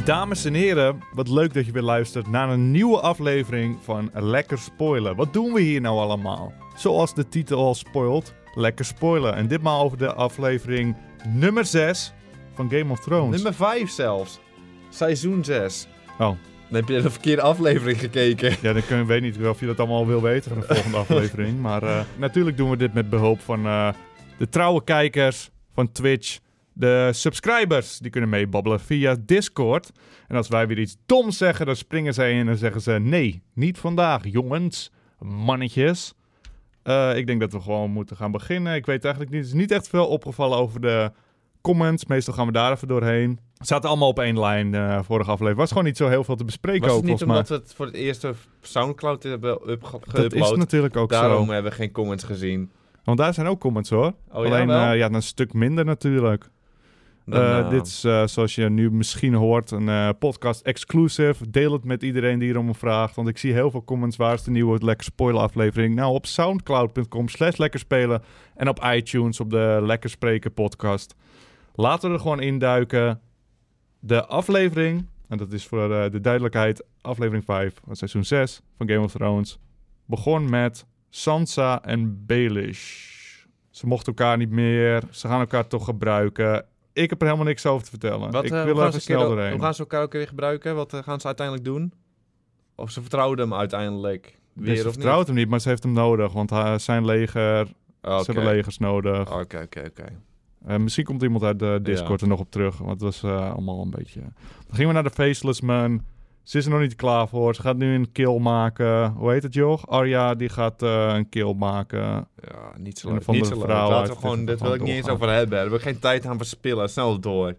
Dames en heren, wat leuk dat je weer luistert naar een nieuwe aflevering van Lekker Spoilen. Wat doen we hier nou allemaal? Zoals de titel al spoilt, Lekker Spoilen. En ditmaal over de aflevering nummer 6 van Game of Thrones. Nummer 5 zelfs. Seizoen 6. Oh. Dan heb je de verkeerde aflevering gekeken. Ja, dan weet niet of je dat allemaal wil weten van de volgende aflevering. Maar natuurlijk doen we dit met behulp van de trouwe kijkers van Twitch. De subscribers, die kunnen meebabbelen via Discord. En als wij weer iets doms zeggen, dan springen zij in en zeggen ze... Nee, niet vandaag, jongens, mannetjes. Ik denk dat we gewoon moeten gaan beginnen. Ik weet eigenlijk niet, er is niet echt veel opgevallen over de comments. Meestal gaan we daar even doorheen. Het zaten allemaal op één lijn, vorige aflevering. Was gewoon niet zo heel veel te bespreken. Was het ook, niet omdat we het voor het eerst op Soundcloud hebben geüpload? Dat is natuurlijk ook Daarom zo. hebben we geen comments gezien. Want daar zijn ook comments hoor. Oh, alleen ja, een stuk minder natuurlijk. Dit is, zoals je nu misschien hoort, een podcast exclusive. Deel het met iedereen die erom vraagt. Want ik zie heel veel comments. Waar is de nieuwe Lekker Spoiler aflevering? Nou, op soundcloud.com/lekkerspelen. En op iTunes, op de Lekker Spreken podcast. Laten we er gewoon induiken. De aflevering, en dat is voor de duidelijkheid, aflevering 5 van seizoen 6 van Game of Thrones. Begon met Sansa en Baelish. Ze mochten elkaar niet meer. Ze gaan elkaar toch gebruiken. Ik heb er helemaal niks over te vertellen. Ik wil even snel doorheen. Hoe gaan ze elkaar ook weer gebruiken? Wat gaan ze uiteindelijk doen? Of ze vertrouwden hem uiteindelijk weer, Ze of vertrouwt hem niet, maar ze heeft hem nodig. Want zijn leger... Okay. Ze hebben legers nodig. Oké. Misschien komt iemand uit de Discord er nog op terug. Want het was allemaal een beetje... Dan gingen we naar de Faceless Man. Ze is er nog niet klaar voor. Ze gaat nu een kill maken. Hoe heet het, joh? Arya, die gaat een kill maken. Ja, niet zo leuk. Niet zo leuk. Laten we gewoon... Dit wil ik niet eens over hebben. Daar hebben we geen tijd aan verspillen. Snel door.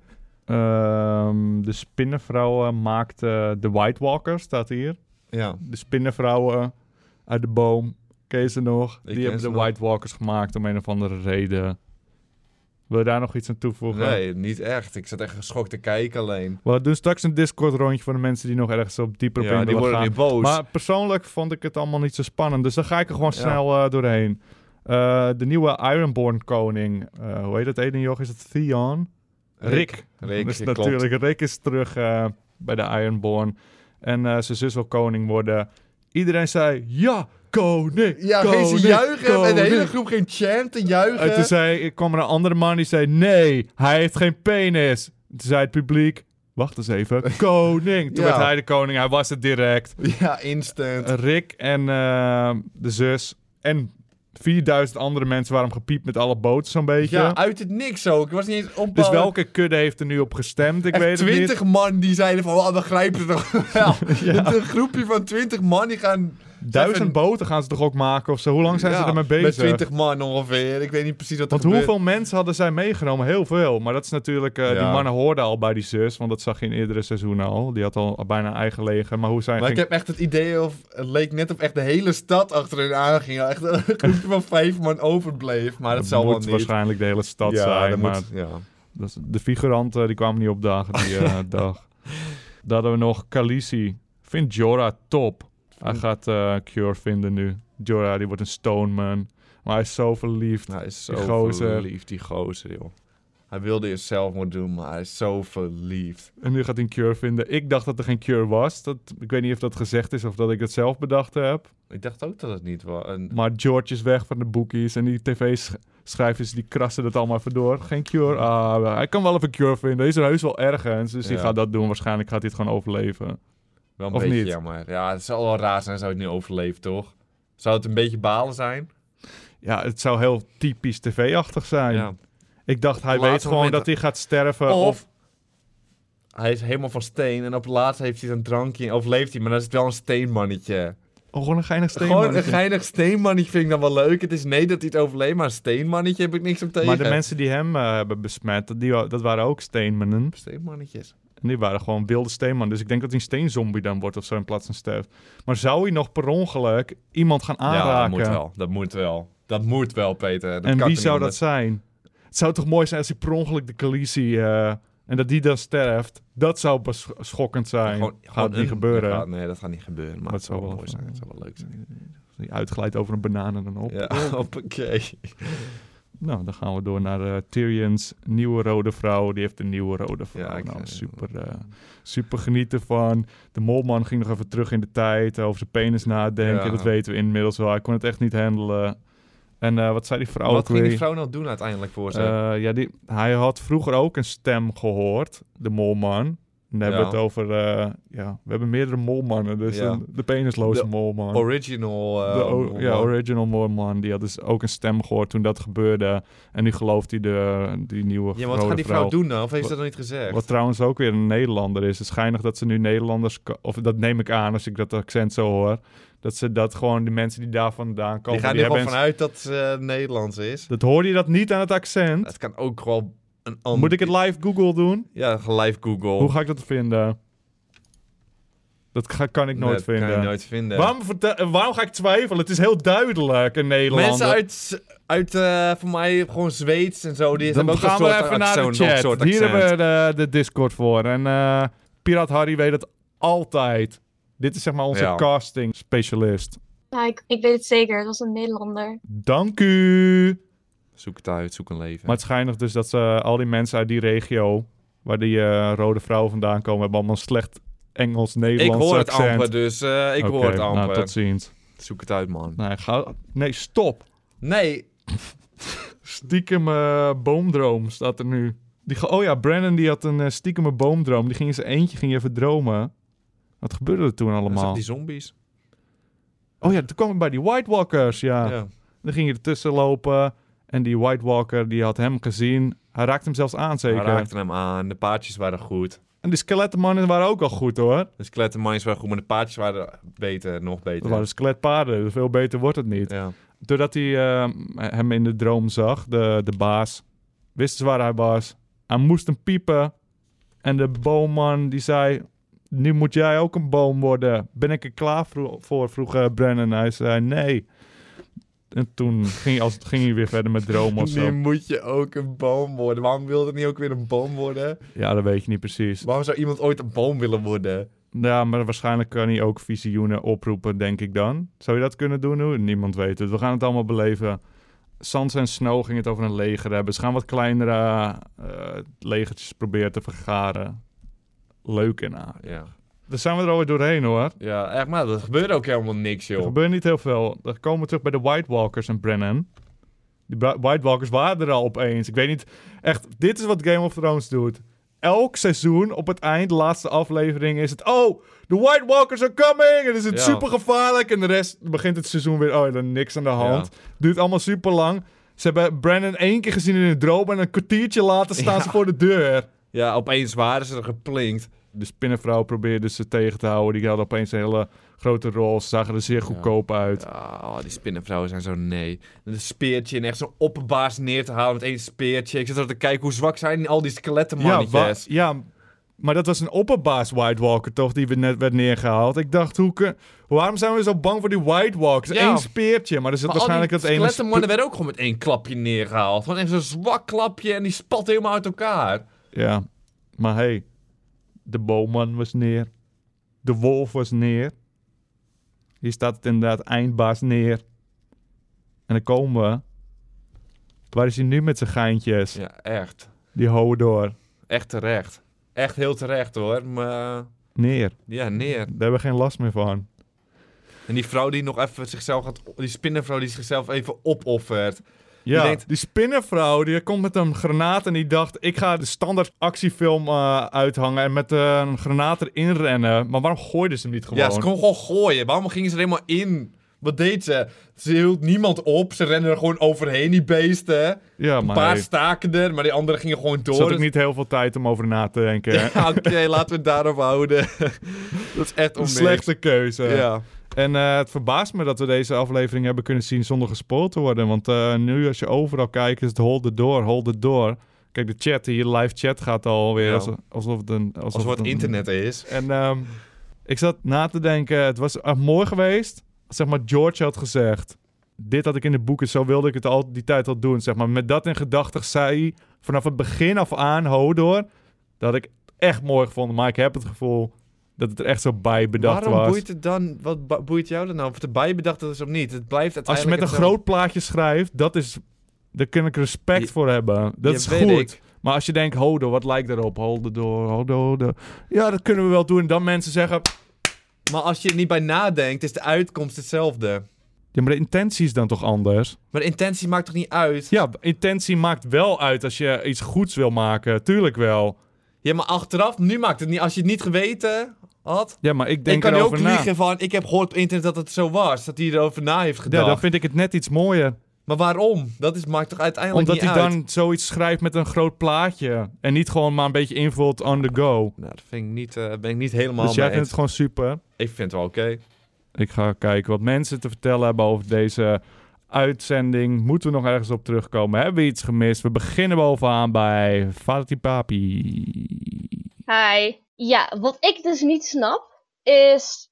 De spinnenvrouwen maakten de White Walkers, staat hier. Ja. De spinnenvrouwen uit de boom. Ken je ze nog? Die hebben de White Walkers gemaakt om een of andere reden. Wil je daar nog iets aan toevoegen? Nee, niet echt. Ik zat echt geschokt te kijken alleen. We doen straks een Discord-rondje voor de mensen die nog ergens op dieper op in willen gaan. Die worden nu boos. Maar persoonlijk vond ik het allemaal niet zo spannend. Dus dan ga ik er gewoon snel doorheen. De nieuwe Ironborn koning. Hoe heet dat ene joch? Is het Theon? Rick. Dus natuurlijk, Rick is terug bij de Ironborn. En zijn zus wil koning worden. Iedereen zei, ja, koning, ja, koning, geen ze juichen. koning. En de hele groep ging chanten, juichen. En toen kwam er een andere man die zei, nee, hij heeft geen penis. Toen zei het publiek, wacht eens even, koning. Toen werd hij de koning, hij was het direct. Ja, instant. Rick en de zus en 4000 andere mensen waren hem gepiept met alle boten zo'n beetje. Ja, uit het niks ook. Ik was niet eens opbouwen. Dus welke kudde heeft er nu op gestemd? Ik weet het niet. 20 man die zeiden van, we grijpen ze toch wel. Ja. Een groepje van 20 man die gaan... 1000 boten gaan ze toch ook maken of zo? Hoe lang zijn ze ermee bezig? Met 20 man ongeveer. Ik weet niet precies wat er Want gebeurt. hoeveel mensen hadden zij meegenomen? Heel veel. Maar dat is natuurlijk... Die mannen hoorden al bij die zus. Want dat zag je in eerdere seizoenen al. Die had al bijna een eigen leger. Maar hoe zijn... Maar ik heb echt het idee of... Het leek net of echt de hele stad achter hen aanging. Echt een groepje van 5 man overbleef. Maar dat zal wel niet. Waarschijnlijk de hele stad zijn. Maar de figuranten die kwamen niet opdagen die dag. Dan hadden we nog Khaleesi. Vindt Jorah top. Hij gaat Cure vinden nu. Jorah, die wordt een stone man. Maar hij is zo verliefd. Hij is zo verliefd, die gozer, joh. Hij wilde het zelf moeten doen, maar hij is zo verliefd. En nu gaat hij een Cure vinden. Ik dacht dat er geen Cure was. Ik weet niet of dat gezegd is of dat ik het zelf bedacht heb. Ik dacht ook dat het niet was. Maar George is weg van de boekies. En die tv-schrijvers die krassen het allemaal even door. Geen Cure. Hij kan wel even Cure vinden. Hij is er heus wel ergens. Dus die gaat dat doen. Waarschijnlijk gaat hij het gewoon overleven. Wel een of beetje niet? Jammer. Ja, het zou wel raar zijn, zou het niet overleven, toch? Zou het een beetje balen zijn? Ja, het zou heel typisch tv-achtig zijn. Ja. Ik dacht, hij weet gewoon dat hij gaat sterven. Of hij is helemaal van steen en op het laatst heeft hij een drankje en overleeft hij. Maar dan is het wel een steenmannetje. Oh, gewoon een geinig steenmannetje. Gewoon een geinig steenmannetje vind ik dan wel leuk. Het is nee dat hij het overleeft, maar een steenmannetje heb ik niks op tegen. Maar de mensen die hem hebben besmet, dat waren ook steenmannen. Steenmannetjes. En die waren gewoon wilde steenman. Dus ik denk dat hij een steenzombie dan wordt of zo in plaats van sterft. Maar zou hij nog per ongeluk iemand gaan aanraken? Ja, dat moet wel. Dat moet wel, Peter. Dat en kan wie zou dat zijn? Het zou toch mooi zijn als hij per ongeluk de Khaleesi... en dat die dan sterft. Dat zou pas schokkend zijn. Gaat niet gebeuren. Nee, dat gaat niet gebeuren. Maar het zou wel mooi zijn. Het zou wel leuk zijn. Die uitglijdt over een banaan en dan op. Ja, hoppakee. Nou, dan gaan we door naar Tyrion's nieuwe rode vrouw. Die heeft een nieuwe rode vrouw. Ja, super genieten van. De molman ging nog even terug in de tijd. Over zijn penis nadenken. Ja. Dat weten we inmiddels wel. Hij kon het echt niet handelen. En wat zei die vrouw Wat ook ging weer? die vrouw nou doen uiteindelijk voor ze? Hij had vroeger ook een stem gehoord. De molman. En dan hebben we het over... we hebben meerdere molmannen. Dus de penisloze molman. Original Original molman. Die had dus ook een stem gehoord toen dat gebeurde. En nu gelooft hij die nieuwe Ja, maar wat gaat die vrouw doen dan? Of heeft ze dat nog niet gezegd? Wat trouwens ook weer een Nederlander is. Het is schijnig dat ze nu Nederlanders... Of dat neem ik aan als ik dat accent zo hoor. Dat ze dat gewoon, de mensen die daar vandaan komen... Die gaan er gewoon vanuit dat ze Nederlands is. Dat hoorde je dat niet aan het accent? Het kan ook gewoon een ander... Moet ik het live Google doen? Ja, live Google. Hoe ga ik dat vinden? Kan ik nooit vinden. Kan je nooit vinden. Waarom ga ik twijfelen? Het is heel duidelijk, een Nederlander. Mensen uit voor mij gewoon Zweeds en zo, die hebben ook gaan een we soort even naar de accent. chat. Hier hebben we de Discord voor. En Pirat Harry weet het altijd. Dit is zeg maar onze casting specialist. Ja, ik weet het zeker. Het was een Nederlander. Dank u. Zoek het uit, zoek een leven. Maar het schijnt dus dat al die mensen uit die regio, waar die rode vrouwen vandaan komen, hebben allemaal slecht Engels-Nederlands accent. Ik hoor het amper, dus ik hoor het amper. Nou, tot ziens. Zoek het uit, man. Nee, stop. Nee. Stiekem boomdroom staat er nu. Brandon die had een stiekeme boomdroom. Die ging in zijn eentje even dromen. Wat gebeurde er toen allemaal? Zag die zombies. Oh ja, toen kwam hij bij die White Walkers, ja. Dan ging hij ertussen lopen. En die White Walker, die had hem gezien. Hij raakte hem zelfs aan, zeker? Hij raakte hem aan. De paardjes waren goed. En die skelettenmannen waren ook al goed, hoor. De skelettenmannen waren goed, maar de paardjes waren beter, nog beter. Dat waren skeletpaarden, dus veel beter wordt het niet. Ja. Doordat hij hem in de droom zag, de baas, wist ze waar hij was. Hij moest hem piepen. En de boomman die zei... Nu moet jij ook een boom worden. Ben ik er klaar voor? Vroeg Brennan. Hij zei nee. En toen ging hij weer verder met dromen of zo. Nu moet je ook een boom worden. Waarom wilde het niet ook weer een boom worden? Ja, dat weet je niet precies. Waarom zou iemand ooit een boom willen worden? Ja, maar waarschijnlijk kan hij ook visioenen oproepen, denk ik dan. Zou je dat kunnen doen nu? Niemand weet het. We gaan het allemaal beleven. Sansa en Snow gingen het over een leger hebben. Ze gaan wat kleinere legertjes proberen te vergaren. Leuk en aardig. Ja. Daar zijn we er alweer doorheen, hoor. Ja, echt maar. Er gebeurde ook helemaal niks, joh. Er gebeurt niet heel veel. Dan komen we terug bij de White Walkers en Brennan. Die White Walkers waren er al opeens. Ik weet niet... Echt, dit is wat Game of Thrones doet. Elk seizoen, op het eind, de laatste aflevering, is het... Oh, the White Walkers are coming! En dan is het super gevaarlijk. En de rest begint het seizoen weer... Oh, dan niks aan de hand. Ja. Duurt allemaal super lang. Ze hebben Brennan 1 keer gezien in een droom... en een kwartiertje later staan ze voor de deur. Ja, opeens waren ze er geplinkt. De spinnenvrouw probeerde ze tegen te houden. Die had opeens een hele grote rol. Ze zagen er zeer goedkoop uit. Ja, die spinnenvrouwen zijn zo nee. Een speertje en echt zo'n opperbaas neer te halen met 1 speertje. Ik zit er te kijken hoe zwak zijn al die skelettenmannetjes. Maar dat was een opperbaas White Walker toch, die net werd neergehaald. Ik dacht, waarom zijn we zo bang voor die White Walkers? 1 speertje, maar er zit waarschijnlijk dat ene... Skelettenmannen werden ook gewoon met 1 klapje neergehaald. Gewoon echt zo'n zwak klapje en die spat helemaal uit elkaar. Ja, maar hey... De boomman was neer. De wolf was neer. Hier staat het inderdaad eindbaas neer. En dan komen we. Waar is hij nu met zijn geintjes? Ja, echt. Die Hodor. Echt terecht. Echt heel terecht, hoor. Maar... Neer. Ja, neer. Daar hebben we geen last meer van. En die vrouw die nog even zichzelf gaat... Die spinnenvrouw die zichzelf even opoffert. Ja, die spinnenvrouw die komt met een granaat en die dacht... Ik ga de standaard actiefilm uithangen en met een granaat erin rennen. Maar waarom gooiden ze hem niet gewoon? Ja, ze kon gewoon gooien. Waarom gingen ze er helemaal in? Wat deed ze? Ze hield niemand op. Ze renden er gewoon overheen, die beesten. Ja, een paar staken er, maar die anderen gingen gewoon door. Er zat ook niet heel veel tijd om over na te denken. Ja, oké, laten we het daarop houden. Dat is echt een slechte keuze. Ja. En het verbaast me dat we deze aflevering hebben kunnen zien zonder gespoeld te worden. Want nu als je overal kijkt is het hold the door. Kijk, de chat hier, live chat gaat alweer alsof het internet is. En ik zat na te denken, het was mooi geweest. Zeg maar, George had gezegd, dit had ik in de boeken, zo wilde ik het al die tijd al doen. Zeg maar, met dat in gedachten zei hij vanaf het begin af aan, Hodor, dat had ik echt mooi gevonden. Maar ik heb het gevoel dat het er echt zo bij bedacht was. Waarom boeit het dan? Wat boeit jou dan nou? Of het erbij bedacht is of niet? Het blijft uiteindelijk... Als je met een groot plaatje schrijft, dat is Daar kan ik respect voor hebben. Dat is goed. Maar als je denkt, Hodor, wat lijkt erop? Hodor. Ja, dat kunnen we wel doen. En dan mensen zeggen... Maar als je er niet bij nadenkt, is de uitkomst hetzelfde. Ja, maar de intentie is dan toch anders? Maar de intentie maakt toch niet uit? Ja, intentie maakt wel uit als je iets goeds wil maken. Tuurlijk wel. Ja, maar achteraf, nu maakt het niet. Als je het niet geweten had... Ja, maar ik denk erover na. Ik kan ook liegen van, ik heb gehoord op internet dat het zo was. Dat hij erover na heeft gedacht. Ja, dan vind ik het net iets mooier. Maar waarom? Dat maakt toch uiteindelijk Omdat niet uit? hij dan zoiets schrijft met een groot plaatje. En niet gewoon maar een beetje invult on the go. Nou, dat vind ik niet, ben ik niet helemaal Dus jij mee vindt het gewoon super? Ik vind het wel oké. Ik ga kijken wat mensen te vertellen hebben over deze uitzending. Moeten we nog ergens op terugkomen? Hebben we iets gemist? We beginnen bovenaan bij Fatty Papi. Hi. Ja, wat ik dus niet snap, is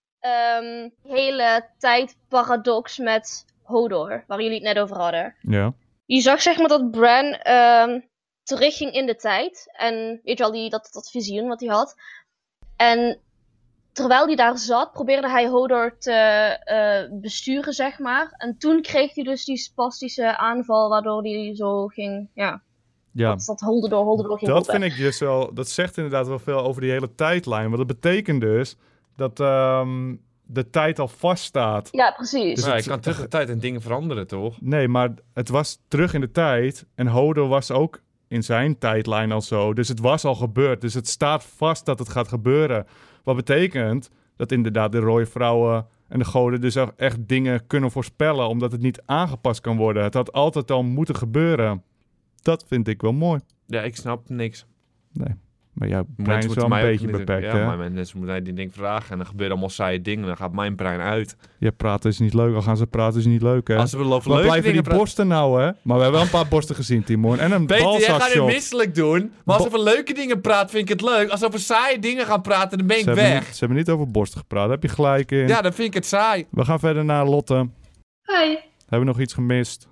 hele tijdparadox met Hodor, waar jullie het net over hadden. Ja. Je zag zeg maar dat Bran terugging in de tijd. En weet je wel, dat visioen wat hij had. En terwijl hij daar zat, probeerde hij Hodor te besturen, zeg maar. En toen kreeg hij dus die spastische aanval, waardoor hij zo ging, ja. Dat Hodor ging Dat vind ik dus wel, dat zegt inderdaad wel veel over die hele tijdlijn. Want dat betekent dus dat de tijd al vaststaat. Ja, precies. Dus je kan terug in de tijd en dingen veranderen, toch? Nee, maar het was terug in de tijd. En Hodor was ook in zijn tijdlijn al zo. Dus het was al gebeurd. Dus het staat vast dat het gaat gebeuren. Wat betekent dat inderdaad de rode vrouwen en de goden dus echt dingen kunnen voorspellen. Omdat het niet aangepast kan worden. Het had altijd al moeten gebeuren. Dat vind ik wel mooi. Ja, ik snap niks. Nee. Maar jouw brein is wel een beetje beperkt, hè? Ja, maar mensen moeten die dingen vragen en dan gebeuren allemaal saaie dingen en dan gaat mijn brein uit. Ja, praten is niet leuk. Al gaan ze praten is niet leuk, hè? Als we over maar leuke blijven dingen die borsten nou, hè? Maar we hebben wel een paar borsten gezien, Timon. En een Peter, jij gaat balzakshot. het misselijk doen. Maar als we over leuke dingen praten, vind ik het leuk. Als we over saaie dingen gaan praten, dan ben ik weg. Ze hebben niet over borsten gepraat. Daar heb je gelijk in. Ja, dan vind ik het saai. We gaan verder naar Lotte. Hi. Hebben we nog iets gemist?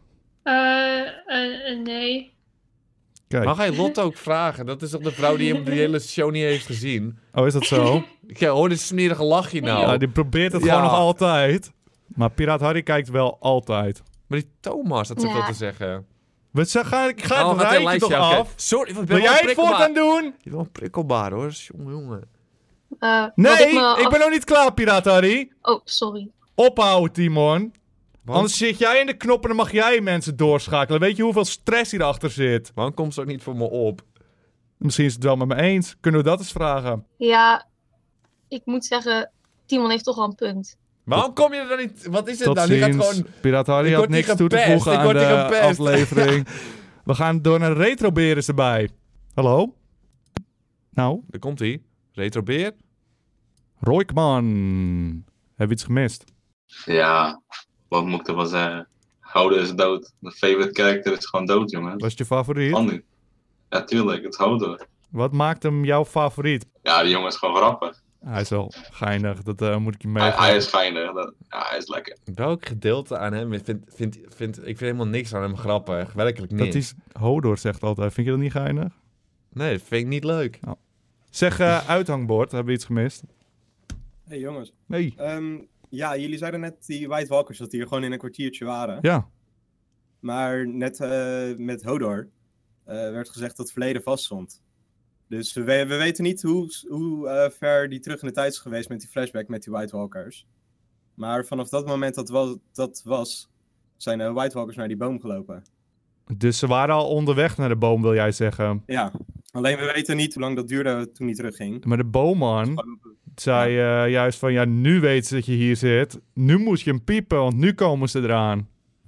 Nee. Kijk. Mag jij Lotte ook vragen? Dat is toch de vrouw die de hele show niet heeft gezien? Oh, is dat zo? Ja, hoor dit smerige lachje nou. Ja, die probeert het gewoon nog altijd. Maar Piraat Harry kijkt wel altijd. Maar die Thomas had zoveel te zeggen. Ik ga het rijtje toch af? Sorry, wil jij het voortaan doen? Je bent wel prikkelbaar hoor, jongen. Nee, ik ben nog niet klaar, Piraat Harry. Oh, sorry. Ophouden, Timon. Want? Anders zit jij in de knop en dan mag jij mensen doorschakelen. Weet je hoeveel stress hierachter zit? Waarom komt ze ook niet voor me op? Misschien is het wel met me eens. Kunnen we dat eens vragen? Ja, ik moet zeggen, Timon heeft toch wel een punt. Waarom kom je er dan niet... Wat is het Tot nou? ziens. Die gaat gewoon... Piraat Harry had niks toe te voegen aan de aflevering. We gaan door naar Retrobeer erbij. Hallo? Nou? Daar komt hij. Retrobeer. Roykman. Heb je iets gemist? Ja, wat moet ik ervan zeggen? Hodor is dood. Mijn favorite character is gewoon dood, jongen. Was het je favoriet? Andy. Ja, tuurlijk. Het is Hodor. Wat maakt hem jouw favoriet? Ja, die jongen is gewoon grappig. Hij is wel geinig, dat moet ik je meegeven. Hij is geinig. Hij is lekker. Welk gedeelte aan hem ik vind helemaal niks aan hem grappig. Werkelijk niet. Dat is Hodor zegt altijd. Vind je dat niet geinig? Nee, dat vind ik niet leuk. Oh. Zeg, uithangbord. Hebben we iets gemist? Hey jongens. Nee. Ja, jullie zeiden net die White Walkers dat die er gewoon in een kwartiertje waren. Ja. Maar net met Hodor werd gezegd dat het verleden vaststond. Dus we weten niet hoe ver die terug in de tijd is geweest met die flashback met die White Walkers. Maar vanaf dat moment dat was, zijn de White Walkers naar die boom gelopen. Dus ze waren al onderweg naar de boom, wil jij zeggen? Ja, alleen we weten niet hoe lang dat duurde toen hij terugging. Maar de boomman zei juist van, ja, nu weet ze dat je hier zit. Nu moet je hem piepen, want nu komen ze eraan.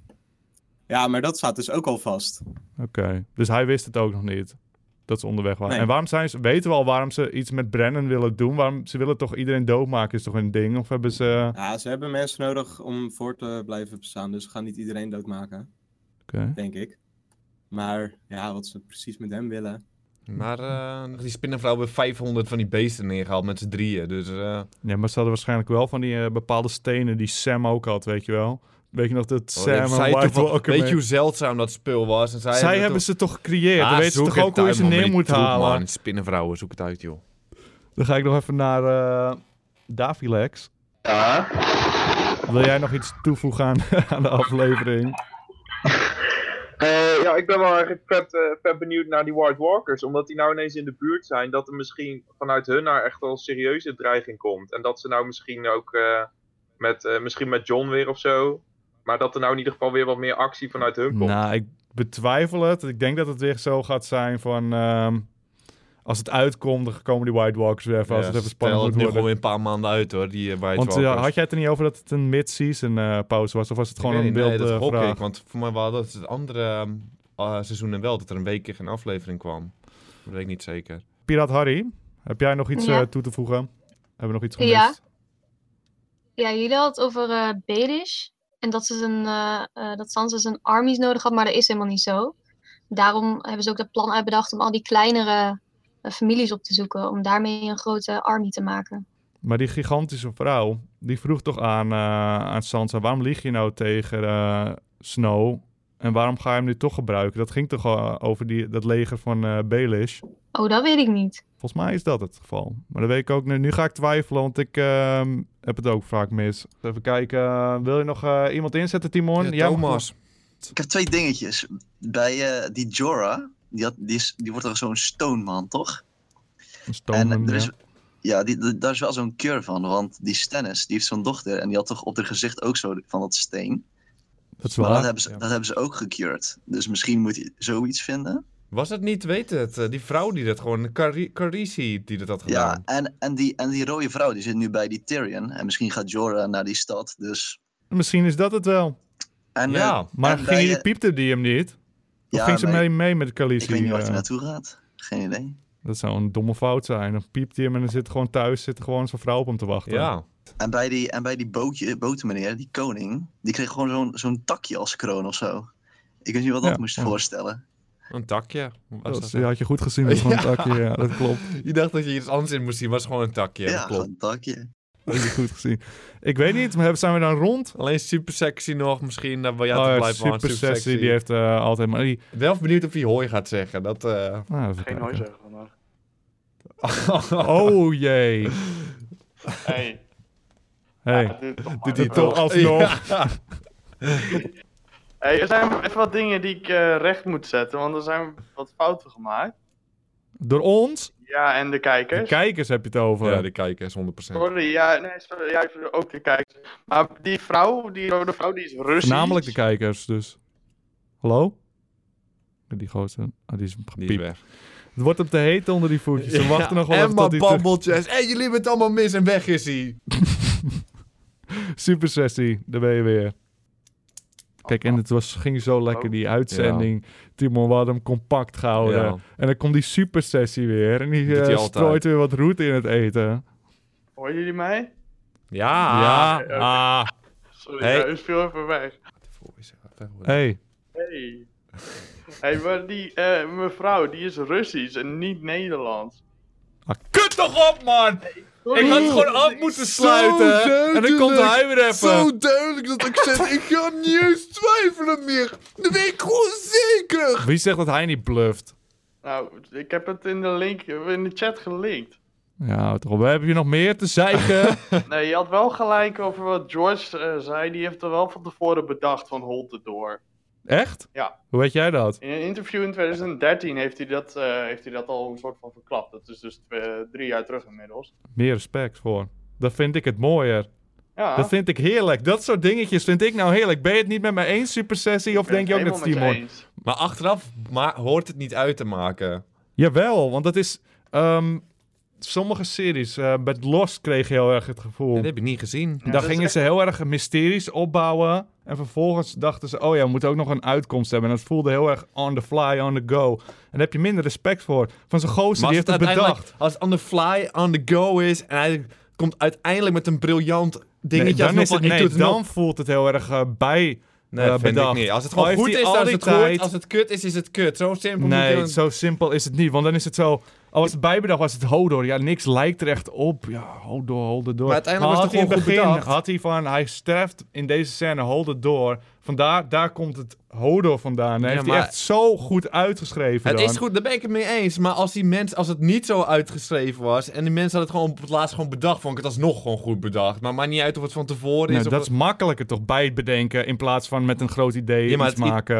Ja, maar dat staat dus ook al vast. Oké, dus hij wist het ook nog niet. Dat ze onderweg waren. Nee. En waarom weten we al waarom ze iets met Brennan willen doen? Ze willen toch iedereen doodmaken, is toch een ding? Of hebben ze... Ja, ze hebben mensen nodig om voor te blijven bestaan. Dus ze gaan niet iedereen doodmaken. Oké. Denk ik. Maar ja, wat ze precies met hem willen. Maar die spinnenvrouw hebben 500 van die beesten neergehaald met z'n drieën. Dus, Ja, maar ze hadden waarschijnlijk wel van die bepaalde stenen die Sam ook had, weet je wel? Weet je nog dat Sam en White Walker... Weet je hoe zeldzaam dat spul was? En zij hebben ze toch gecreëerd? Dan weten ze toch ook hoe je ze neer moet halen? Man, spinnenvrouwen, zoek het uit, joh. Dan ga ik nog even naar Davilex. Ja? Wil jij nog iets toevoegen aan de aflevering? Ja, ik ben wel eigenlijk vet benieuwd naar die White Walkers. Omdat die nou ineens in de buurt zijn. Dat er misschien vanuit hun nou echt wel een serieuze dreiging komt. En dat ze nou misschien ook misschien met Jon weer of zo. Maar dat er nou in ieder geval weer wat meer actie vanuit hun komt. Nou, ik betwijfel het. Ik denk dat het weer zo gaat zijn van... als het uitkomt, dan komen die White Walkers weer even. Als het even spannend moet worden. Nu gewoon weer een paar maanden uit hoor, die White Want Walkers. had jij het er niet over dat het een mid-season pauze was? Of was het gewoon een Nee, dat gok vraag? ik. Want voor mij was dat het andere seizoenen wel. Dat er een week geen aflevering kwam. Dat weet ik niet zeker. Piraat Harry, heb jij nog iets Ja. toe te voegen? Hebben we nog iets gemist? Ja, jullie hadden het over Baelish. En dat dat Sansa zijn armies nodig had, maar dat is helemaal niet zo. Daarom hebben ze ook dat plan uitbedacht om al die kleinere families op te zoeken. Om daarmee een grote army te maken. Maar die gigantische vrouw, die vroeg toch aan Sansa... waarom lieg je nou tegen Snow? En waarom ga je hem nu toch gebruiken? Dat ging toch over dat leger van Baelish? Oh, dat weet ik niet. Volgens mij is dat het geval. Maar dat weet ik ook. Nu ga ik twijfelen, want ik heb het ook vaak mis. Even kijken. Wil je nog iemand inzetten, Timon? Ja, Thomas. Ik heb 2 dingetjes. Bij die Jorah, die wordt er zo'n stoneman, toch? Een stoneman, daar is wel zo'n keur van. Want die Stannis, die heeft zo'n dochter. En die had toch op haar gezicht ook zo van dat steen. Dat is Maar waar. dat hebben ze ook gecured. Dus misschien moet je zoiets vinden. Was het niet, weet het, die vrouw die dat gewoon, Khaleesi die dat had gedaan. Ja, en die rode vrouw, die zit nu bij die Tyrion. En misschien gaat Jorah naar die stad, dus... Misschien is dat het wel. En, Maar piepte die hem niet? Of ging ze mee met Khaleesi? Ik weet niet waar hij naartoe gaat. Geen idee. Dat zou een domme fout zijn. Dan piept hij hem en dan zit gewoon thuis, zit gewoon zijn vrouw op hem te wachten. Ja. En bij die botenmeneer, die koning, die kreeg gewoon zo'n takje als kroon of zo. Ik weet niet wat dat moest voorstellen. Een takje. Dat had je goed gezien, dat gewoon een takje. Ja, dat klopt. Je dacht dat je iets anders in moest zien, maar het was gewoon een takje. Ja, dat klopt. gewoon een takje. Dat heb je goed gezien. Ik weet niet, maar zijn we dan rond? Alleen Super Sexy nog, misschien. Dat wil jij te blijven Super Sexy, die heeft altijd... Maar die... Wel benieuwd of hij hooi gaat zeggen. Geen hooi zeggen vandaag. Oh jee. Hey. Doet hij toch alsnog. Ja. Hey, er zijn even wat dingen die ik recht moet zetten, want er zijn wat fouten gemaakt. Door ons? Ja, en de kijkers. De kijkers heb je het over. Ja, de kijkers, 100%. Sorry, ook de kijkers. Maar die rode vrouw, die is Russisch. Namelijk de kijkers, dus. Hallo? Die gozer. Die is gepiept. Die is weg. Het wordt op te heet onder die voetjes. Ze wachten nog wel even tot hij babbeltjes. Hé, jullie hebben het allemaal mis en weg is hij. Super sessie, daar ben je weer. Kijk, en het ging zo lekker, die uitzending. Ja. Timon, we hadden hem compact gehouden. Ja. En dan komt die super sessie weer. En die strooit weer wat roet in het eten. Horen jullie mij? Ja. Okay. Sorry, u viel even weg. Hey. Hey, maar die mevrouw, die is Russisch en niet Nederlands. Kut toch op, man! Ik had het gewoon af moeten sluiten. En dan komt hij weer even. Zo duidelijk dat accent. Ik ga niet eens twijfelen meer. Dat weet ik gewoon zeker. Wie zegt dat hij niet bluft? Nou, ik heb het in de chat gelinkt. Ja, toch. We hebben je nog meer te zeiken. Nee, je had wel gelijk over wat George zei. Die heeft er wel van tevoren bedacht van hold the door. Echt? Ja. Hoe weet jij dat? In een interview in 2013 heeft hij dat al een soort van verklapt. Dat is dus 3 jaar terug inmiddels. Meer respect voor. Dat vind ik het mooier. Ja. Dat vind ik heerlijk. Dat soort dingetjes vind ik nou heerlijk. Ben je het niet met mij eens, Super Sessie? Of denk je ook net Timon? Maar achteraf hoort het niet uit te maken. Jawel, want dat is... sommige series, met Lost kreeg je heel erg het gevoel. Ja, dat heb ik niet gezien. Ja, daar gingen ze heel erg mysteries opbouwen. En vervolgens dachten ze, oh ja, we moeten ook nog een uitkomst hebben. En dat voelde heel erg on the fly, on the go. En daar heb je minder respect voor. Van zo'n gozer, die heeft het bedacht. Als het on the fly, on the go is... en hij komt uiteindelijk met een briljant dingetje... dan voelt het heel erg bij... Nee, vind bedacht. ik niet. Als het gewoon goed is, dan is het goed. Als het kut is, is het kut. Zo simpel zo simpel is het niet. Want dan is het zo... Als het bijbedacht was het Hodor. Ja, niks lijkt er echt op. Ja, hold it door. Maar uiteindelijk was het gewoon goed bedacht. Had hij van... Hij sterft in deze scène, hold it door. Vandaar, daar komt het Hodor vandaan. Ja, heeft hij echt zo goed uitgeschreven Het is goed, daar ben ik het mee eens. Maar als het niet zo uitgeschreven was... en die mensen hadden het gewoon op het laatst gewoon bedacht... vond ik het alsnog gewoon goed bedacht. Maar maakt niet uit of het van tevoren is. Dat is makkelijker toch bij het bedenken... in plaats van met een groot idee iets maken.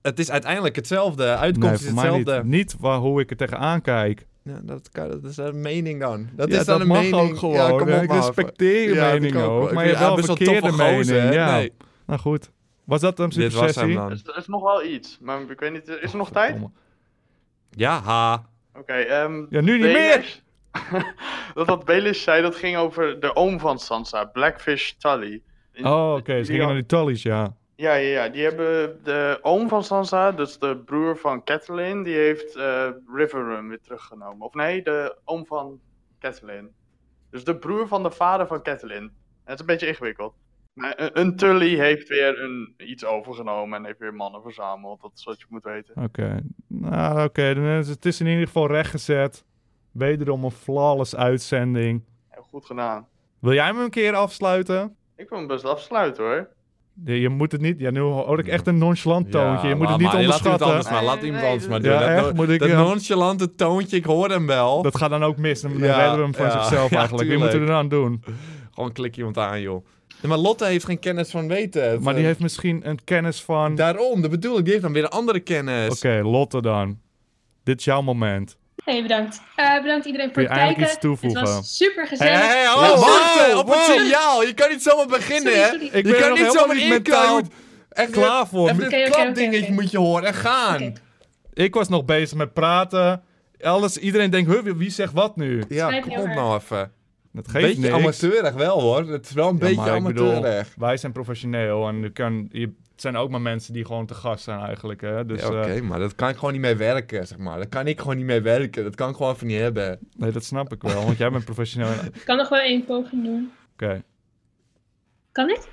Het is uiteindelijk hetzelfde. Uitkomst is voor mij hetzelfde. niet hoe ik er tegenaan kijk. Ja, dat is een mening dan. Dat Ja, is dan dat een mag mening. ook gewoon. Ja, kom op, Ik maar. respecteer je mening ik ook. Ik Maar je hebt vind wel best een wel verkeerde toffe gozer, mening. hè? Ja. Nee. Nou goed. Was dat hem Dit was hem dan. Er is nog wel iets, maar ik weet niet, is er nog tijd? Ja, ha. Oké, ja, nu niet meer! dat Baelish zei, dat ging over de oom van Sansa, Blackfish Tully. Oh, oké. Ze gingen naar die Tullys, ja. Ja. Die hebben de oom van Sansa, dus de broer van Catelyn, die heeft Riverrun weer teruggenomen. Of nee, de oom van Catelyn. Dus de broer van de vader van Catelyn. Het is een beetje ingewikkeld. Maar een Tully heeft weer iets overgenomen en heeft weer mannen verzameld. Dat is wat je moet weten. Oké. Nou, oké. Dan is het is in ieder geval rechtgezet. Wederom een flawless uitzending. Heel goed gedaan. Wil jij hem een keer afsluiten? Ik wil hem best afsluiten hoor. Je moet het niet... Ja, nu hoor ik echt een nonchalant toontje. Je moet het maar niet onderschatten. Laat iemand anders maar doen. Ja, Dat, echt? Moet ik, dat nonchalante toontje, ik hoor hem wel. Dat gaat dan ook mis. Dan redden we hem van zichzelf eigenlijk. Wie moeten we er dan doen? Gewoon klik iemand aan, joh. Ja, maar Lotte heeft geen kennis van weten. Maar die heeft misschien een kennis van... Daarom, dat bedoel ik. Die heeft dan weer een andere kennis. Oké, Lotte dan. Dit is jouw moment. Hey, bedankt. Bedankt iedereen voor Kun je het kijken. eigenlijk iets toevoegen? Het was super gezellig. Hey, wacht op het signaal. Je kan niet zomaar beginnen, hè? Sorry. Ik Je ben kan nog niet helemaal zomaar niet mentaal echt klaar voor. Even Oké, het klapdingetje oké. moet je horen en gaan. Ik was nog bezig met praten. Iedereen denkt, wie zegt wat nu? Ja, Spijt kom me op heel nou even. Dat Een geeft beetje niks. amateurig wel, hoor. Het is wel een beetje maar ik bedoel, amateurig. wij zijn professioneel en het zijn ook maar mensen die gewoon te gast zijn eigenlijk. Hè? Dus, Ja, oké, maar dat kan ik gewoon niet mee werken, zeg maar. Dat kan ik gewoon niet mee werken. Dat kan ik gewoon even niet hebben. Nee, dat snap ik wel, want jij bent professioneel. Ik kan nog wel één poging doen. Oké. Kan dit?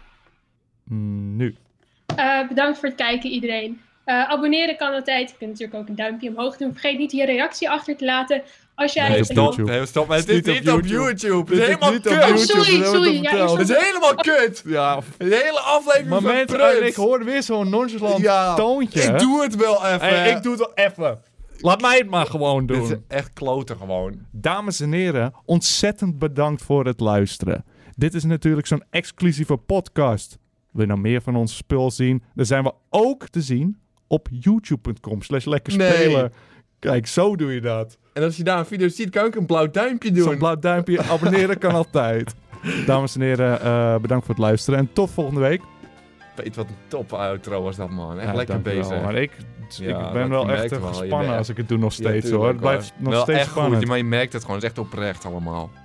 Nu. Bedankt voor het kijken iedereen. Abonneren kan altijd. Je kunt natuurlijk ook een duimpje omhoog doen. Vergeet niet je reactie achter te laten. Als jij... Nee, stop. Nee, stop. Het is niet op YouTube. Het is helemaal niet op kut. YouTube. Sorry. Ja, Het is helemaal kut. Ja, De hele aflevering maar van mensen, prut. ik hoorde weer zo'n nonchalant toontje. Ik doe het wel even. Hey, ik doe het wel even. Laat mij het maar gewoon doen. Dit is echt kloten gewoon. Dames en heren, ontzettend bedankt voor het luisteren. Dit is natuurlijk zo'n exclusieve podcast. Wil je nou meer van ons spul zien? Dan zijn we ook te zien op youtube.com/lekkerspelen. Kijk, zo doe je dat. En als je daar een video ziet, kan ik een blauw duimpje doen. Zo'n blauw duimpje, abonneren kan altijd. Dames en heren, bedankt voor het luisteren en tot volgende week. Weet wat een top outro was dat, man. Echt Ja, lekker dankjewel. bezig. Maar ik ben wel echt gespannen als ik het doe nog steeds, hoor. Het blijft nog wel steeds echt spannend. goed, maar je merkt het gewoon. Het is echt oprecht allemaal.